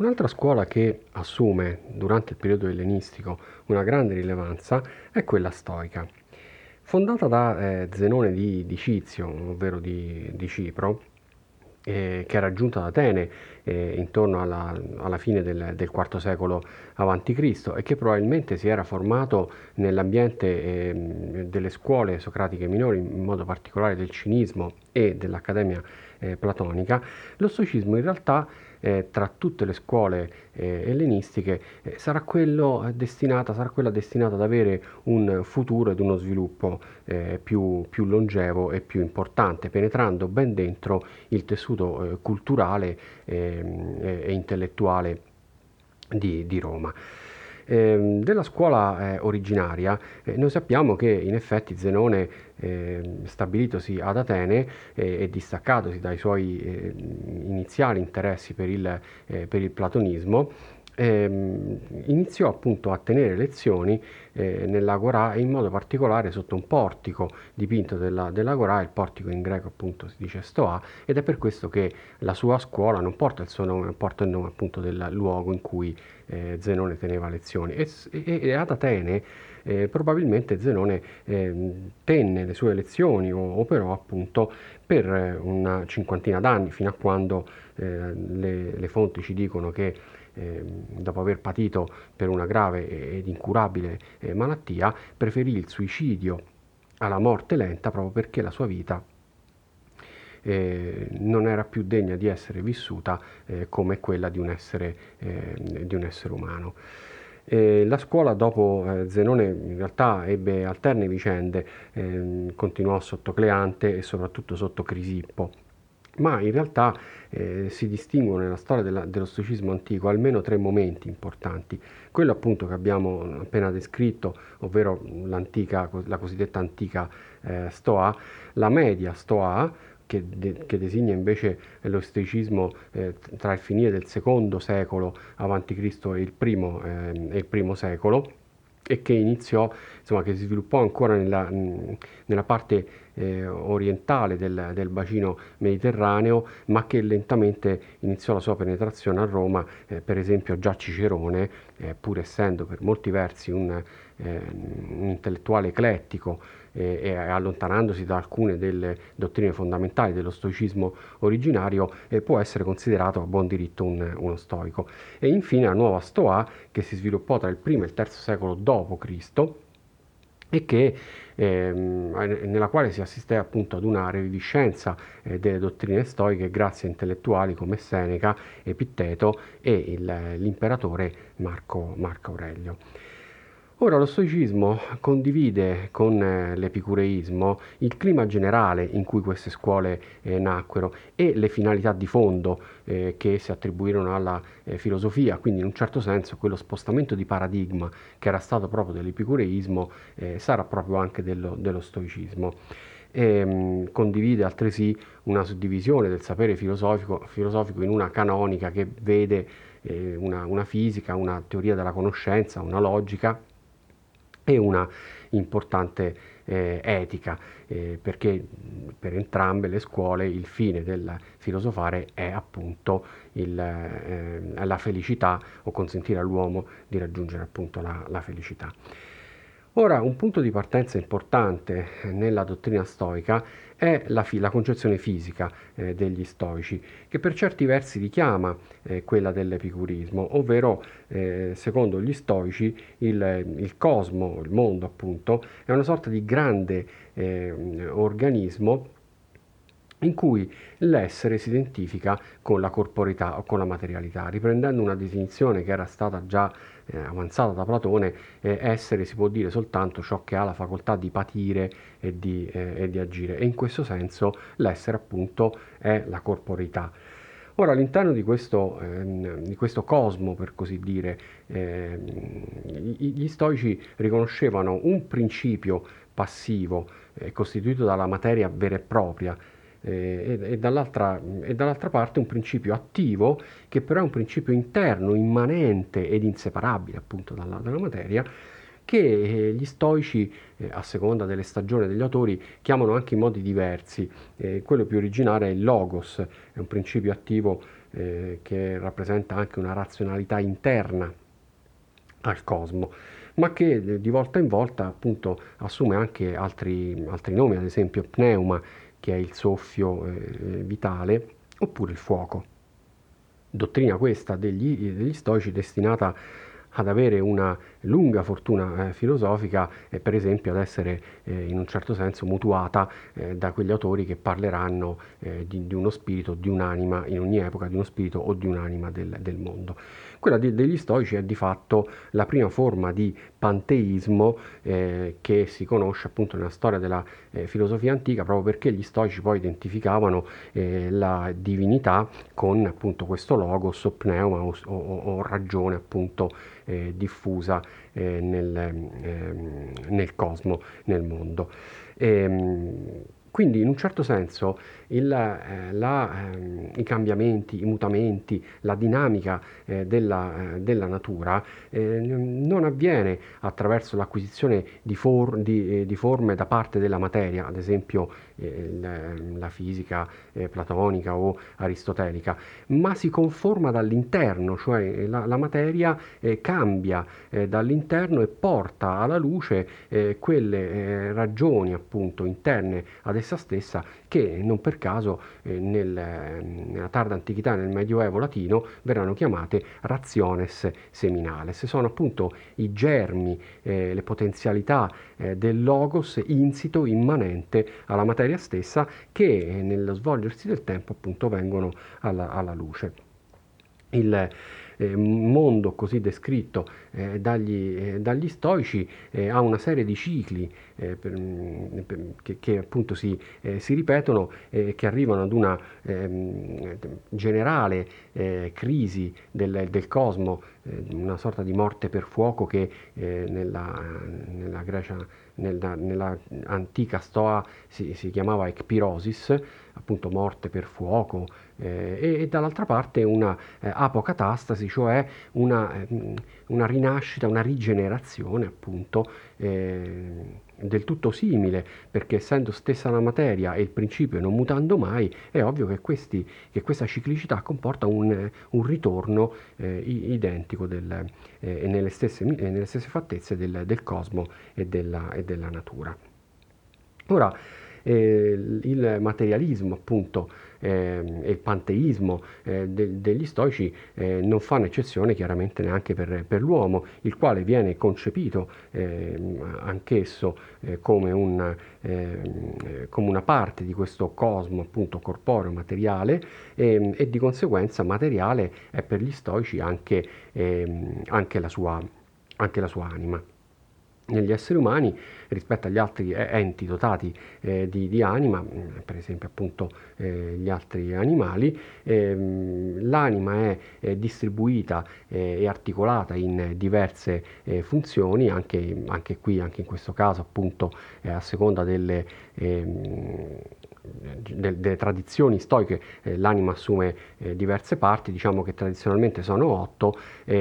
Un'altra scuola che assume durante il periodo ellenistico una grande rilevanza è quella stoica. Fondata da Zenone di Cizio, ovvero di Cipro, che era giunta ad Atene intorno alla fine del IV secolo a.C. e che probabilmente si era formato nell'ambiente delle scuole socratiche minori, in modo particolare del cinismo e dell'Accademia platonica. Lo stoicismo in realtà tra tutte le scuole ellenistiche sarà quella destinata ad avere un futuro ed uno sviluppo più longevo e più importante, penetrando ben dentro il tessuto culturale e intellettuale di Roma. Della scuola originaria noi sappiamo che in effetti Zenone, stabilitosi ad Atene e distaccatosi dai suoi iniziali interessi per il platonismo, iniziò appunto a tenere lezioni nell'Agorà, e in modo particolare sotto un portico dipinto dell'Agorà. Il portico in greco appunto si dice stoa, ed è per questo che la sua scuola non porta il suo nome, ma porta il nome appunto del luogo in cui Zenone teneva lezioni. E ad Atene probabilmente Zenone tenne le sue lezioni o operò appunto per una cinquantina d'anni, fino a quando le fonti ci dicono che dopo aver patito per una grave ed incurabile malattia, preferì il suicidio alla morte lenta, proprio perché la sua vita non era più degna di essere vissuta come quella di un essere umano. La scuola dopo Zenone in realtà ebbe alterne vicende, continuò sotto Cleante e soprattutto sotto Crisippo, ma in realtà si distinguono nella storia dello stoicismo antico almeno tre momenti importanti. Quello appunto che abbiamo appena descritto, ovvero la cosiddetta antica Stoa, la media Stoa, che designa invece lo stoicismo tra il finire del secondo secolo a.C. E il primo secolo, e che iniziò, insomma, che si sviluppò ancora nella parte orientale del bacino mediterraneo, ma che lentamente iniziò la sua penetrazione a Roma. Per esempio già Cicerone, pur essendo per molti versi un intellettuale eclettico e allontanandosi da alcune delle dottrine fondamentali dello stoicismo originario, può essere considerato a buon diritto uno stoico. E infine la nuova Stoa, che si sviluppò tra il primo e il terzo secolo d.C. e nella quale si assiste appunto ad una reviviscenza delle dottrine stoiche grazie a intellettuali come Seneca, Epitteto e l'imperatore Marco Aurelio. Ora, lo stoicismo condivide con l'epicureismo il clima generale in cui queste scuole nacquero e le finalità di fondo che si attribuirono alla filosofia, quindi in un certo senso quello spostamento di paradigma che era stato proprio dell'epicureismo sarà proprio anche dello stoicismo. Condivide altresì una suddivisione del sapere filosofico in una canonica che vede una fisica, una teoria della conoscenza, una logica e una importante etica, perché per entrambe le scuole il fine del filosofare è appunto la felicità, o consentire all'uomo di raggiungere appunto la felicità. Ora, un punto di partenza importante nella dottrina stoica è la concezione fisica degli stoici, che per certi versi richiama quella dell'epicurismo, ovvero secondo gli stoici il cosmo, il mondo appunto, è una sorta di grande organismo in cui l'essere si identifica con la corporeità o con la materialità. Riprendendo una definizione che era stata già avanzata da Platone, essere si può dire soltanto ciò che ha la facoltà di patire e di agire, e in questo senso l'essere appunto è la corporeità. Ora, all'interno di questo cosmo, per così dire, gli stoici riconoscevano un principio passivo costituito dalla materia vera e propria, e dall'altra parte un principio attivo, che però è un principio interno, immanente ed inseparabile appunto dalla materia, che gli stoici, a seconda delle stagioni degli autori, chiamano anche in modi diversi. Quello più originale è il logos, è un principio attivo che rappresenta anche una razionalità interna al cosmo, ma che di volta in volta appunto assume anche altri nomi, ad esempio pneuma, che è il soffio vitale, oppure il fuoco. Dottrina questa degli stoici destinata ad avere una lunga fortuna filosofica e per esempio ad essere in un certo senso mutuata da quegli autori che parleranno di uno spirito, di un'anima in ogni epoca, di uno spirito o di un'anima del mondo. Quella degli stoici è di fatto la prima forma di panteismo che si conosce appunto nella storia della filosofia antica, proprio perché gli stoici poi identificavano la divinità con appunto questo logos o pneuma o ragione appunto diffusa nel cosmo, nel mondo. Quindi in un certo senso i cambiamenti, i mutamenti, la dinamica della natura non avviene attraverso l'acquisizione di forme da parte della materia, ad esempio la fisica platonica o aristotelica, ma si conforma dall'interno, cioè la materia cambia dall'interno e porta alla luce quelle ragioni appunto interne ad essa stessa che non per caso nella tarda antichità, nel Medioevo latino, verranno chiamate rationes seminales. Sono appunto i germi, le potenzialità del logos insito, immanente alla materia stessa, che nello svolgersi del tempo appunto vengono alla luce. Il mondo così descritto dagli stoici ha una serie di cicli che appunto si ripetono, che arrivano ad una generale crisi del cosmo, una sorta di morte per fuoco che nella Grecia, nella antica Stoa si chiamava ekpirosis, appunto morte per fuoco, e dall'altra parte una apocatastasi, cioè una rinascita, una rigenerazione appunto del tutto simile, perché essendo stessa la materia e il principio non mutando mai, è ovvio che questa ciclicità comporta un ritorno identico nelle stesse fattezze del cosmo e della natura. Ora, il materialismo appunto e il panteismo degli stoici non fanno eccezione chiaramente neanche per l'uomo, il quale viene concepito anch'esso come una parte di questo cosmo appunto corporeo, materiale, e di conseguenza materiale è per gli stoici anche la sua anima. Negli esseri umani, rispetto agli altri enti dotati di anima, per esempio appunto gli altri animali, l'anima è distribuita e articolata in diverse funzioni, anche in questo caso appunto a seconda delle tradizioni stoiche, l'anima assume diverse parti, diciamo che tradizionalmente sono 8,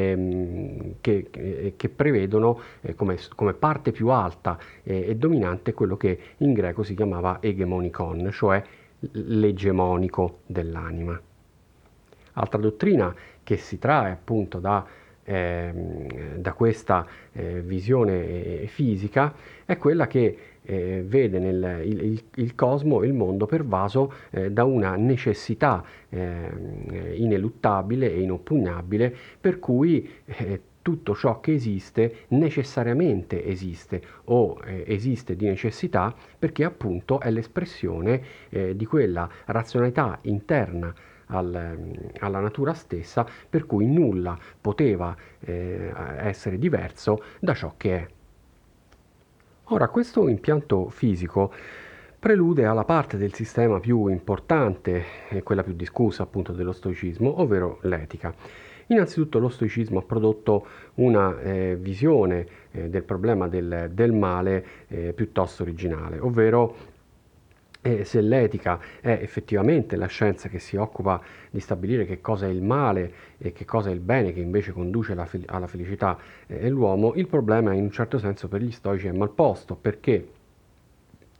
che prevedono come parte più alta e dominante quello che in greco si chiamava egemonikon, cioè l'egemonico dell'anima. Altra dottrina che si trae appunto da questa visione fisica è quella che vede il cosmo, il mondo pervaso da una necessità ineluttabile e inoppugnabile, per cui tutto ciò che esiste necessariamente esiste o esiste di necessità, perché appunto è l'espressione di quella razionalità interna alla natura stessa, per cui nulla poteva essere diverso da ciò che è. Ora, questo impianto fisico prelude alla parte del sistema più importante e quella più discussa appunto dello stoicismo, ovvero l'etica. Innanzitutto lo stoicismo ha prodotto una visione del problema del male piuttosto originale, ovvero se l'etica è effettivamente la scienza che si occupa di stabilire che cosa è il male e che cosa è il bene che invece conduce alla felicità dell'uomo, il problema in un certo senso per gli stoici è mal posto, perché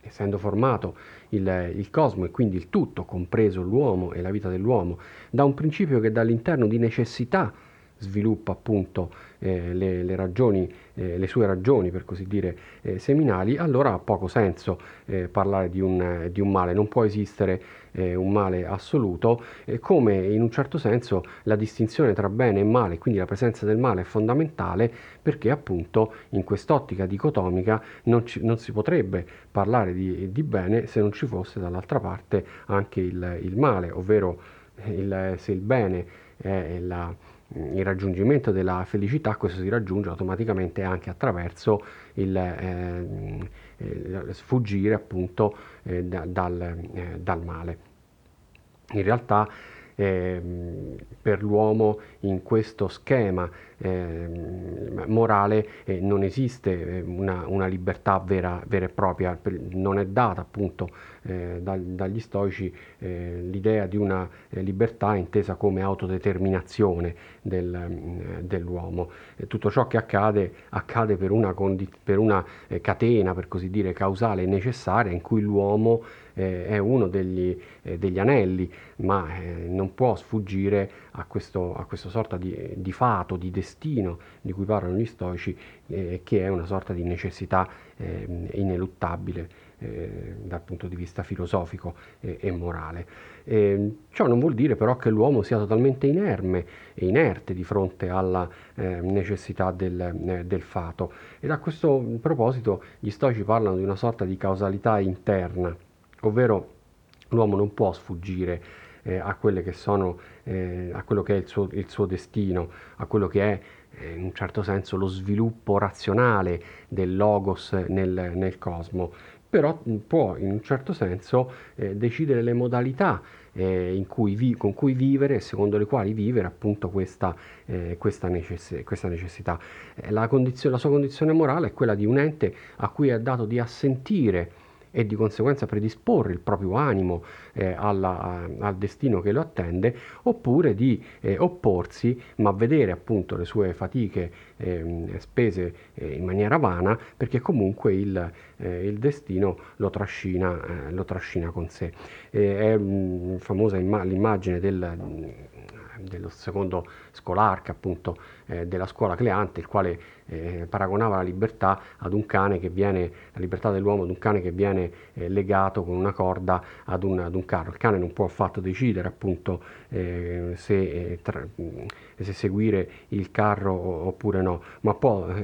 essendo formato il cosmo e quindi il tutto, compreso l'uomo e la vita dell'uomo, da un principio che dall'interno di necessità sviluppa appunto le ragioni, le sue ragioni per così dire seminali, allora ha poco senso parlare di un male. Non può esistere un male assoluto, come in un certo senso la distinzione tra bene e male, quindi la presenza del male è fondamentale, perché appunto in quest'ottica dicotomica non si potrebbe parlare di bene se non ci fosse dall'altra parte anche il male, ovvero se il bene è il raggiungimento della felicità, questo si raggiunge automaticamente anche attraverso il sfuggire appunto dal male. In realtà per l'uomo in questo schema morale non esiste una libertà vera e propria, non è data appunto dagli stoici l'idea di una libertà intesa come autodeterminazione dell'uomo. Tutto ciò che accade per una catena, per così dire, causale e necessaria, in cui l'uomo è uno degli anelli, ma non può sfuggire a questo sorta di fato, di destino di cui parlano gli stoici, che è una sorta di necessità ineluttabile dal punto di vista filosofico e morale. Ciò non vuol dire però che l'uomo sia totalmente inerme e inerte di fronte alla necessità del fato, e da questo proposito gli stoici parlano di una sorta di causalità interna, ovvero l'uomo non può sfuggire a quelle che sono, a quello che è il suo destino, a quello che è in un certo senso lo sviluppo razionale del logos nel cosmo, però può in un certo senso decidere le modalità con cui vivere e secondo le quali vivere appunto questa necessità. La sua condizione morale è quella di un ente a cui è dato di assentire e di conseguenza predisporre il proprio animo al destino che lo attende, oppure di opporsi, ma vedere appunto le sue fatiche spese in maniera vana, perché comunque il destino lo trascina con sé. È famosa l'immagine dello secondo Scolarca, appunto, della scuola Cleante, il quale paragonava la libertà la libertà dell'uomo ad un cane che viene legato con una corda ad un carro. Il cane non può affatto decidere appunto se seguire il carro oppure no, ma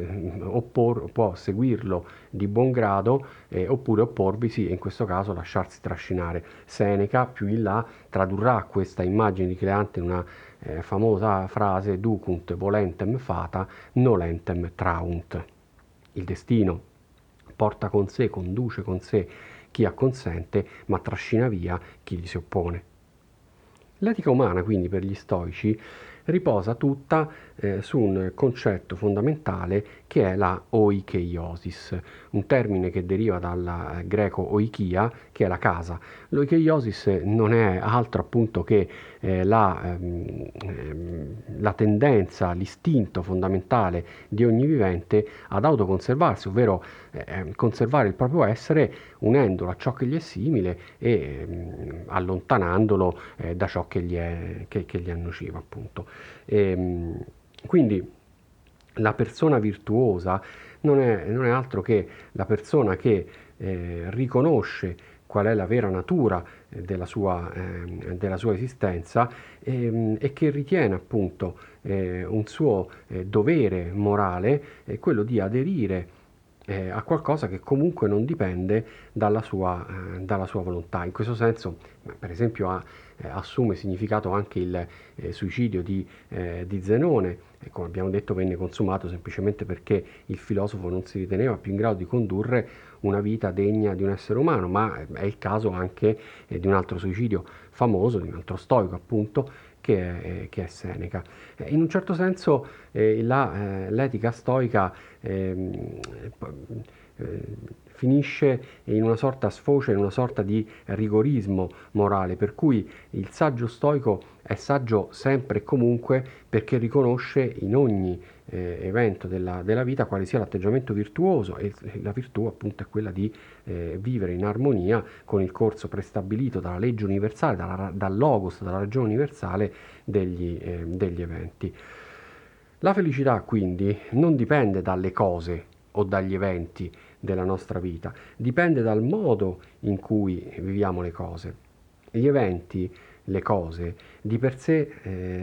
può seguirlo di buon grado oppure opporvisi e in questo caso lasciarsi trascinare. Seneca più in là tradurrà questa immagine di Cleante in una famosa frase: ducunt volentem fata, nolentem traunt. Il destino porta con sé, conduce con sé chi acconsente, ma trascina via chi gli si oppone. L'etica umana, quindi, per gli stoici riposa tutta su un concetto fondamentale che è la oikeiosis, un termine che deriva dal greco oikia, che è la casa. L'oikeiosis non è altro appunto che la tendenza, l'istinto fondamentale di ogni vivente ad autoconservarsi, ovvero conservare il proprio essere unendolo a ciò che gli è simile e allontanandolo da ciò che gli è nocivo, appunto. Quindi la persona virtuosa non è altro che la persona che riconosce qual è la vera natura della sua esistenza e che ritiene appunto un suo dovere morale quello di aderire a qualcosa che comunque non dipende dalla sua volontà. In questo senso, per esempio, assume significato anche il suicidio di Zenone, e come abbiamo detto venne consumato semplicemente perché il filosofo non si riteneva più in grado di condurre una vita degna di un essere umano, ma è il caso anche di un altro suicidio famoso, di un altro stoico appunto, che è Seneca. In un certo senso l'etica stoica sfocia in una sorta di rigorismo morale, per cui il saggio stoico è saggio sempre e comunque perché riconosce in ogni evento della vita quale sia l'atteggiamento virtuoso, e la virtù appunto è quella di vivere in armonia con il corso prestabilito dalla legge universale, dal logos, dalla ragione universale degli eventi. La felicità quindi non dipende dalle cose o dagli eventi della nostra vita, dipende dal modo in cui viviamo le cose. Gli eventi, le cose, di per sé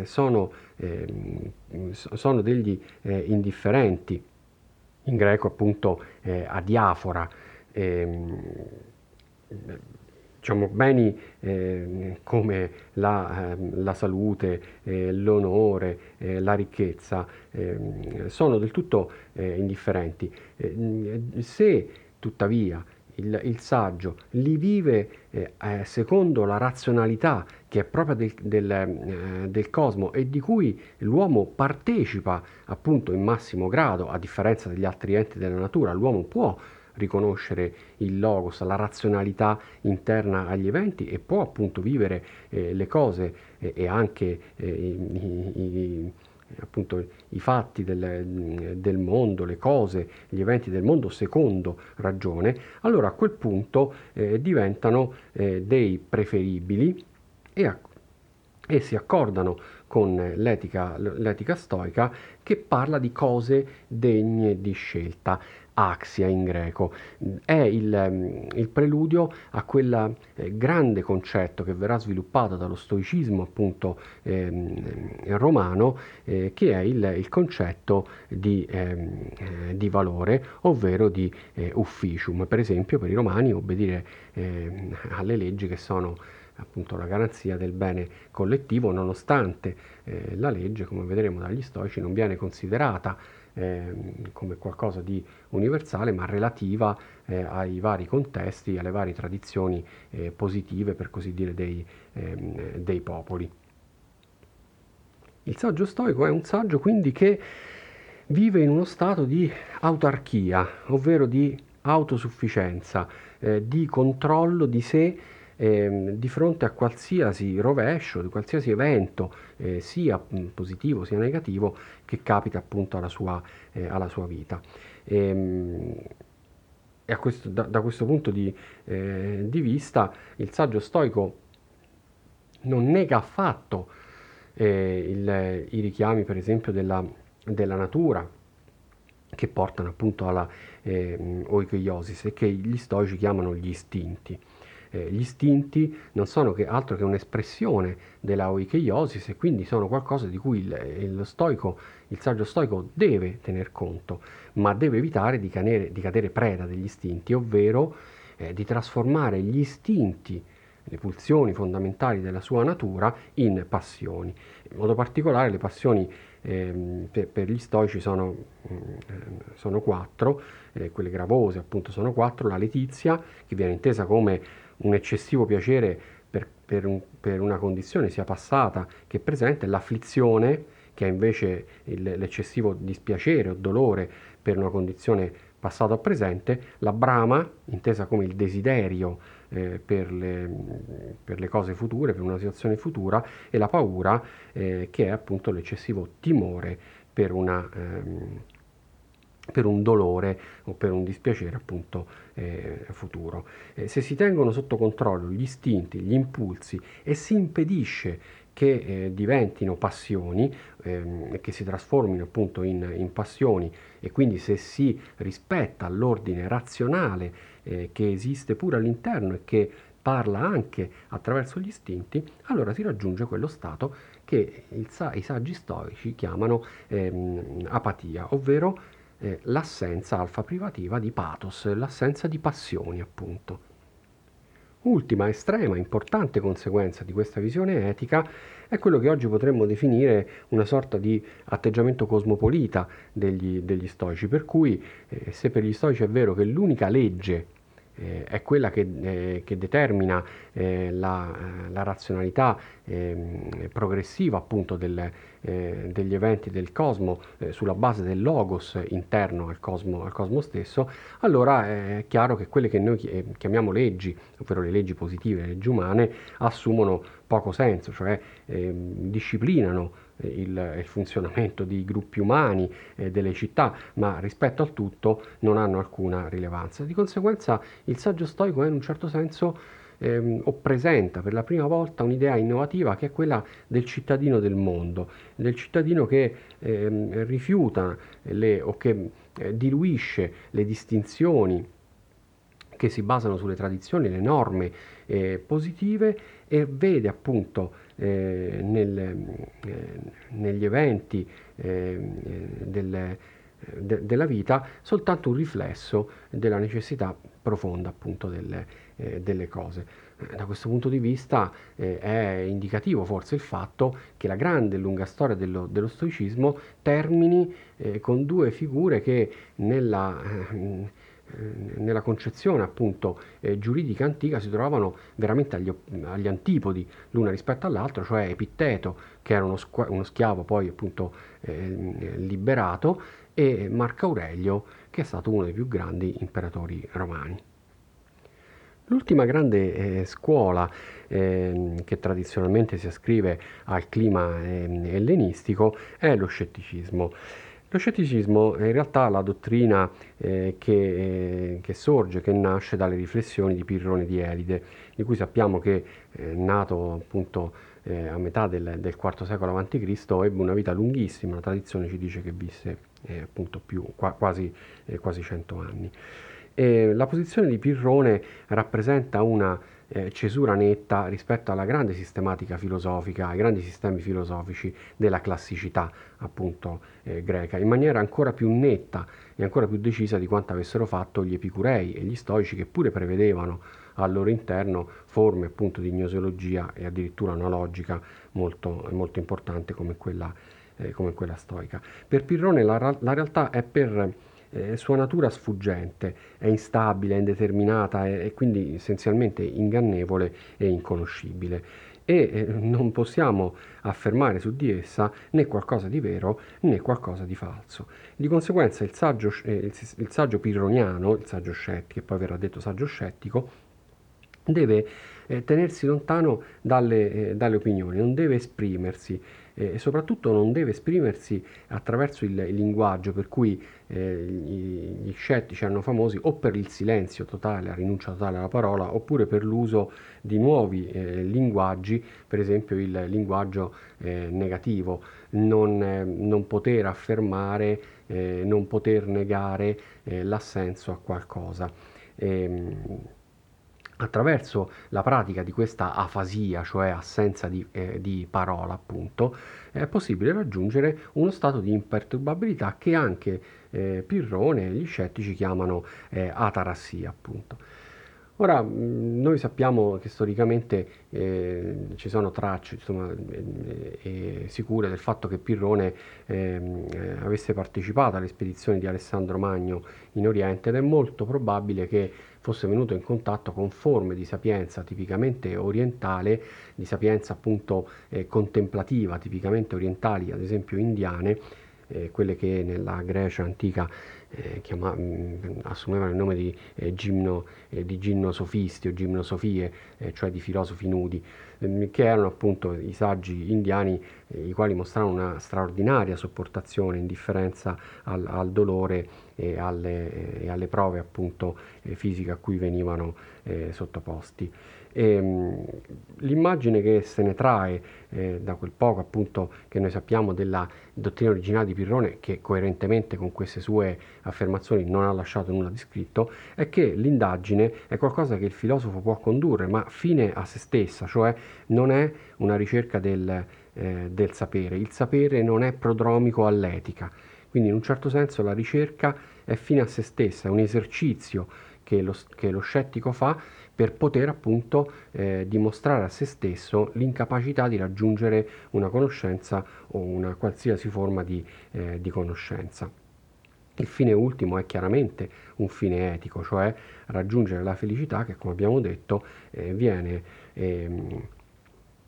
sono degli indifferenti, in greco appunto adiafora, ehm, diciamo, beni come la salute, l'onore, la ricchezza, sono del tutto indifferenti. Se tuttavia il saggio li vive secondo la razionalità che è propria del cosmo e di cui l'uomo partecipa appunto in massimo grado, a differenza degli altri enti della natura, l'uomo può riconoscere il logos, la razionalità interna agli eventi e può appunto vivere le cose e anche appunto i fatti del mondo, le cose, gli eventi del mondo secondo ragione, allora a quel punto diventano dei preferibili e si accordano con l'etica stoica, che parla di cose degne di scelta, axia in greco. È il preludio a quel grande concetto che verrà sviluppato dallo stoicismo appunto romano, che è il concetto di valore, ovvero di ufficium. Per esempio, per i romani obbedire alle leggi, che sono appunto la garanzia del bene collettivo, nonostante la legge, come vedremo dagli stoici, non viene considerata come qualcosa di universale, ma relativa ai vari contesti, alle varie tradizioni positive, per così dire, dei popoli. Il saggio stoico è un saggio quindi che vive in uno stato di autarchia, ovvero di autosufficienza, di controllo di sé di fronte a qualsiasi rovescio, di qualsiasi evento, sia positivo sia negativo, che capita appunto alla sua vita. E da questo punto di vista il saggio stoico non nega affatto i richiami, per esempio, della natura, che portano appunto alla oikoiosis, e che gli stoici chiamano gli istinti. Gli istinti non sono altro che un'espressione della oikoiosis, e quindi sono qualcosa di cui il saggio stoico deve tener conto, ma deve evitare di cadere preda degli istinti, ovvero di trasformare gli istinti, le pulsioni fondamentali della sua natura, in passioni. In modo particolare le passioni per gli stoici sono quattro, quelle gravose appunto sono quattro: la letizia, che viene intesa come un eccessivo piacere per una condizione sia passata che presente; l'afflizione, che è invece l'eccessivo dispiacere o dolore per una condizione passata o presente; la brama, intesa come il desiderio per le cose future, per una situazione futura; e la paura, che è appunto l'eccessivo timore per un dolore o per un dispiacere appunto futuro. Se si tengono sotto controllo gli istinti, gli impulsi, e si impedisce che diventino passioni, che si trasformino appunto in passioni, e quindi se si rispetta l'ordine razionale che esiste pure all'interno e che parla anche attraverso gli istinti, allora si raggiunge quello stato che i saggi stoici chiamano apatia, ovvero l'assenza alfa privativa di pathos, l'assenza di passioni appunto. Ultima, estrema, importante conseguenza di questa visione etica è quello che oggi potremmo definire una sorta di atteggiamento cosmopolita degli stoici, per cui se per gli stoici è vero che l'unica legge è quella che determina la razionalità progressiva appunto degli eventi del cosmo sulla base del logos interno al cosmo stesso, allora è chiaro che quelle che noi chiamiamo leggi, ovvero le leggi positive, le leggi umane, assumono poco senso, cioè disciplinano il funzionamento di gruppi umani, delle città, ma rispetto al tutto non hanno alcuna rilevanza. Di conseguenza il saggio stoico è in un certo senso o presenta per la prima volta un'idea innovativa che è quella del cittadino del mondo, del cittadino che rifiuta o che diluisce le distinzioni che si basano sulle tradizioni, le norme positive, e vede appunto negli eventi della vita soltanto un riflesso della necessità profonda appunto delle cose. Da questo punto di vista è indicativo forse il fatto che la grande e lunga storia dello stoicismo termini con due figure che nella concezione appunto giuridica antica si trovavano veramente agli antipodi l'una rispetto all'altra, cioè Epitteto, che era uno schiavo poi appunto liberato, e Marco Aurelio, che è stato uno dei più grandi imperatori romani. L'ultima grande scuola che tradizionalmente si ascrive al clima ellenistico è lo scetticismo. Lo scetticismo è in realtà la dottrina che sorge, che nasce dalle riflessioni di Pirrone di Elide, di cui sappiamo che nato appunto a metà del IV secolo a.C., ebbe una vita lunghissima. La tradizione ci dice che visse appunto quasi 100 anni. La posizione di Pirrone rappresenta una cesura netta rispetto alla grande sistematica filosofica, ai grandi sistemi filosofici della classicità appunto greca, in maniera ancora più netta e ancora più decisa di quanto avessero fatto gli epicurei e gli stoici, che pure prevedevano al loro interno forme appunto di gnoseologia e addirittura una logica molto, molto importante come quella stoica. Per Pirrone la realtà è per sua natura sfuggente, è instabile, è indeterminata e quindi essenzialmente ingannevole e inconoscibile, e non possiamo affermare su di essa né qualcosa di vero né qualcosa di falso. Di conseguenza il saggio pirroniano, il saggio scettico, che poi verrà detto saggio scettico, deve tenersi lontano dalle opinioni, non deve esprimersi e soprattutto non deve esprimersi attraverso il linguaggio, per cui gli scettici hanno famosi o per il silenzio totale, la rinuncia totale alla parola, oppure per l'uso di nuovi linguaggi, per esempio il linguaggio negativo, non poter affermare, non poter negare l'assenso a qualcosa. Attraverso la pratica di questa afasia, cioè assenza di parola appunto, è possibile raggiungere uno stato di imperturbabilità che anche Pirrone e gli scettici chiamano atarassia appunto. Ora, noi sappiamo che storicamente ci sono tracce insomma, sicure del fatto che Pirrone avesse partecipato alle spedizioni di Alessandro Magno in Oriente, ed è molto probabile che fosse venuto in contatto con forme di sapienza tipicamente orientale, di sapienza appunto contemplativa, tipicamente orientali, ad esempio indiane, quelle che nella Grecia antica assumevano il nome di gimnosofisti o gimnosofie, cioè di filosofi nudi, che erano appunto i saggi indiani, i quali mostravano una straordinaria sopportazione, indifferenza al dolore e alle prove appunto fisiche a cui venivano sottoposti. L'immagine che se ne trae da quel poco appunto che noi sappiamo della dottrina originale di Pirrone, che coerentemente con queste sue affermazioni non ha lasciato nulla di scritto, è che l'indagine è qualcosa che il filosofo può condurre, ma fine a se stessa, cioè non è una ricerca del sapere. Il sapere non è prodromico all'etica, quindi in un certo senso la ricerca è fine a se stessa, è un esercizio che lo scettico fa per poter appunto dimostrare a se stesso l'incapacità di raggiungere una conoscenza o una qualsiasi forma di conoscenza. Il fine ultimo è chiaramente un fine etico, cioè raggiungere la felicità che, come abbiamo detto, viene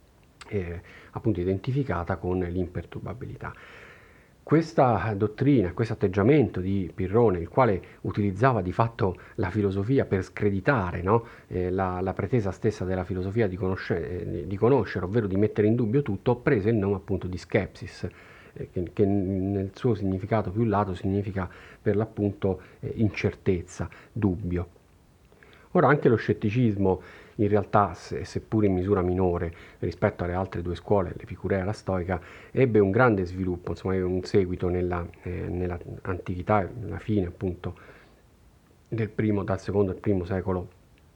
appunto identificata con l'imperturbabilità. Questa dottrina, questo atteggiamento di Pirrone, il quale utilizzava di fatto la filosofia per screditare, no? La pretesa stessa della filosofia di conoscere, ovvero di mettere in dubbio tutto, prese il nome appunto di skepsis, che nel suo significato più lato significa per l'appunto incertezza, dubbio. Ora anche lo scetticismo, in realtà, seppur in misura minore rispetto alle altre due scuole, l'epicurea e la stoica, ebbe un grande sviluppo, insomma, ebbe un seguito nella antichità, nella fine appunto dal secondo al primo secolo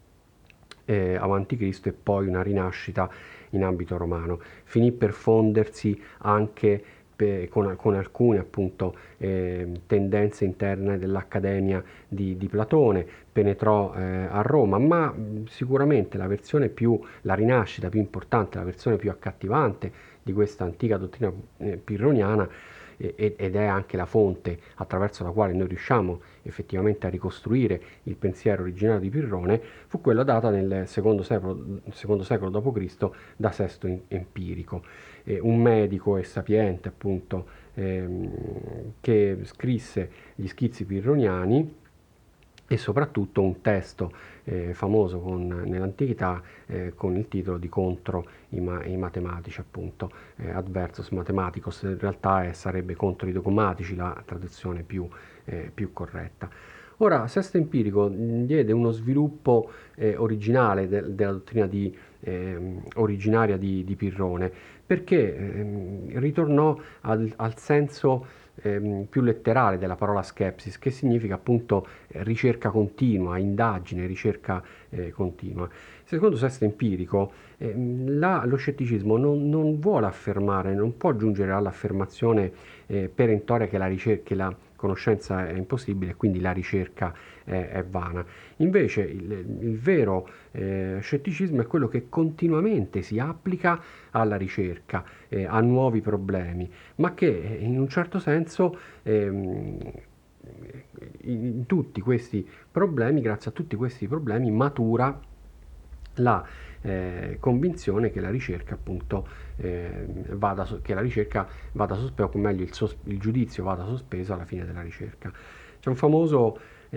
avanti Cristo, e poi una rinascita in ambito romano. Finì per fondersi anche con alcune appunto tendenze interne dell'Accademia di Platone, penetrò a Roma, ma sicuramente la rinascita più importante, la versione più accattivante di questa antica dottrina pirroniana, ed è anche la fonte attraverso la quale noi riusciamo effettivamente a ricostruire il pensiero originario di Pirrone, fu quella data nel secondo secolo d.C. da Sesto Empirico, un medico e sapiente appunto che scrisse gli schizzi pirroniani e soprattutto un testo famoso nell'antichità con il titolo di Contro i matematici, appunto, Adversus Mathematicos. In realtà sarebbe Contro i dogmatici la traduzione più corretta. Ora, Sesto Empirico diede uno sviluppo originale della dottrina originaria di Pirrone, perché ritornò al senso più letterale della parola skepsis, che significa appunto ricerca continua, indagine, ricerca continua. Secondo Sesto Empirico, lo scetticismo non vuole affermare, non può giungere all'affermazione perentoria che la conoscenza è impossibile e quindi la ricerca è vana. Invece il vero scetticismo è quello che continuamente si applica alla ricerca, a nuovi problemi, ma che in un certo senso in tutti questi problemi, grazie a tutti questi problemi, matura la convinzione che la ricerca appunto che la ricerca vada sospesa, o meglio il giudizio vada sospeso alla fine della ricerca. C'è un famoso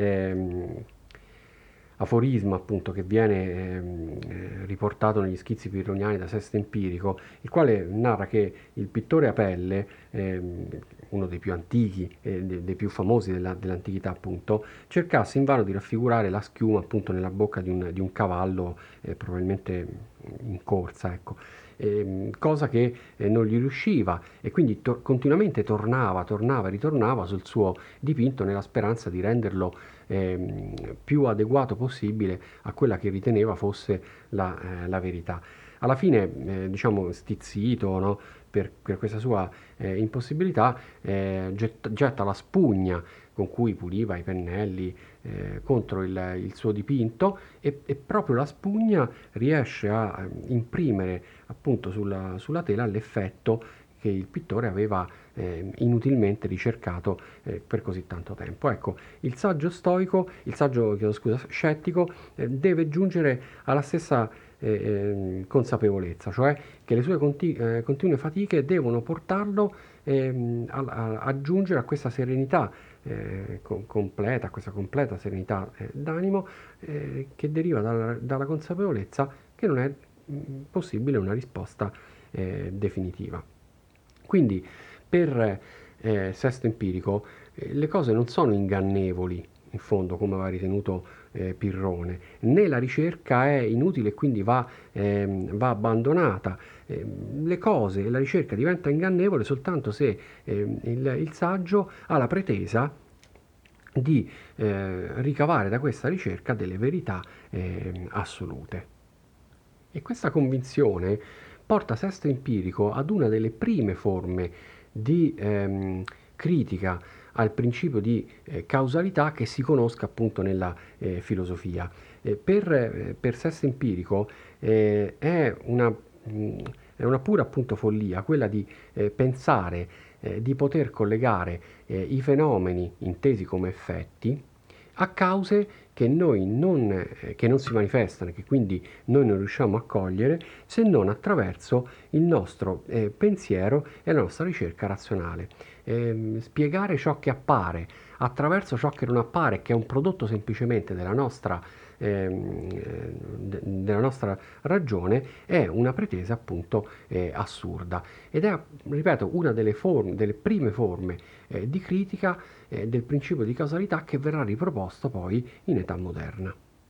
aforisma appunto che viene riportato negli schizzi pirroniani da Sesto Empirico, il quale narra che il pittore Apelle, uno dei più antichi e dei più famosi dell'antichità appunto, cercasse invano di raffigurare la schiuma appunto nella bocca di un cavallo probabilmente in corsa, ecco. Cosa che non gli riusciva, e quindi continuamente tornava, ritornava sul suo dipinto nella speranza di renderlo più adeguato possibile a quella che riteneva fosse la verità. Alla fine, diciamo, stizzito, no, per questa sua impossibilità, getta la spugna con cui puliva i pennelli contro il suo dipinto, e proprio la spugna riesce a imprimere appunto sulla tela l'effetto che il pittore aveva inutilmente ricercato per così tanto tempo. Ecco, il saggio scettico, deve giungere alla stessa consapevolezza, cioè che le sue continue fatiche devono portarlo a giungere a questa serenità completa, a questa completa serenità d'animo che deriva dalla consapevolezza che non è possibile una risposta definitiva. Quindi per Sesto Empirico le cose non sono ingannevoli, in fondo, come aveva ritenuto Pirrone, né la ricerca è inutile e quindi va abbandonata. La ricerca diventa ingannevole soltanto se il saggio ha la pretesa di ricavare da questa ricerca delle verità assolute. E questa convinzione porta Sesto Empirico ad una delle prime forme di critica al principio di causalità che si conosca appunto nella filosofia. Per Sesto Empirico è una pura appunto follia quella di pensare di poter collegare i fenomeni intesi come effetti a cause che non si manifestano e che quindi noi non riusciamo a cogliere se non attraverso il nostro pensiero e la nostra ricerca razionale. Spiegare ciò che appare attraverso ciò che non appare, che è un prodotto semplicemente della nostra ragione, è una pretesa appunto assurda ed è, ripeto, una delle prime forme di critica del principio di causalità che verrà riproposto poi in età moderna.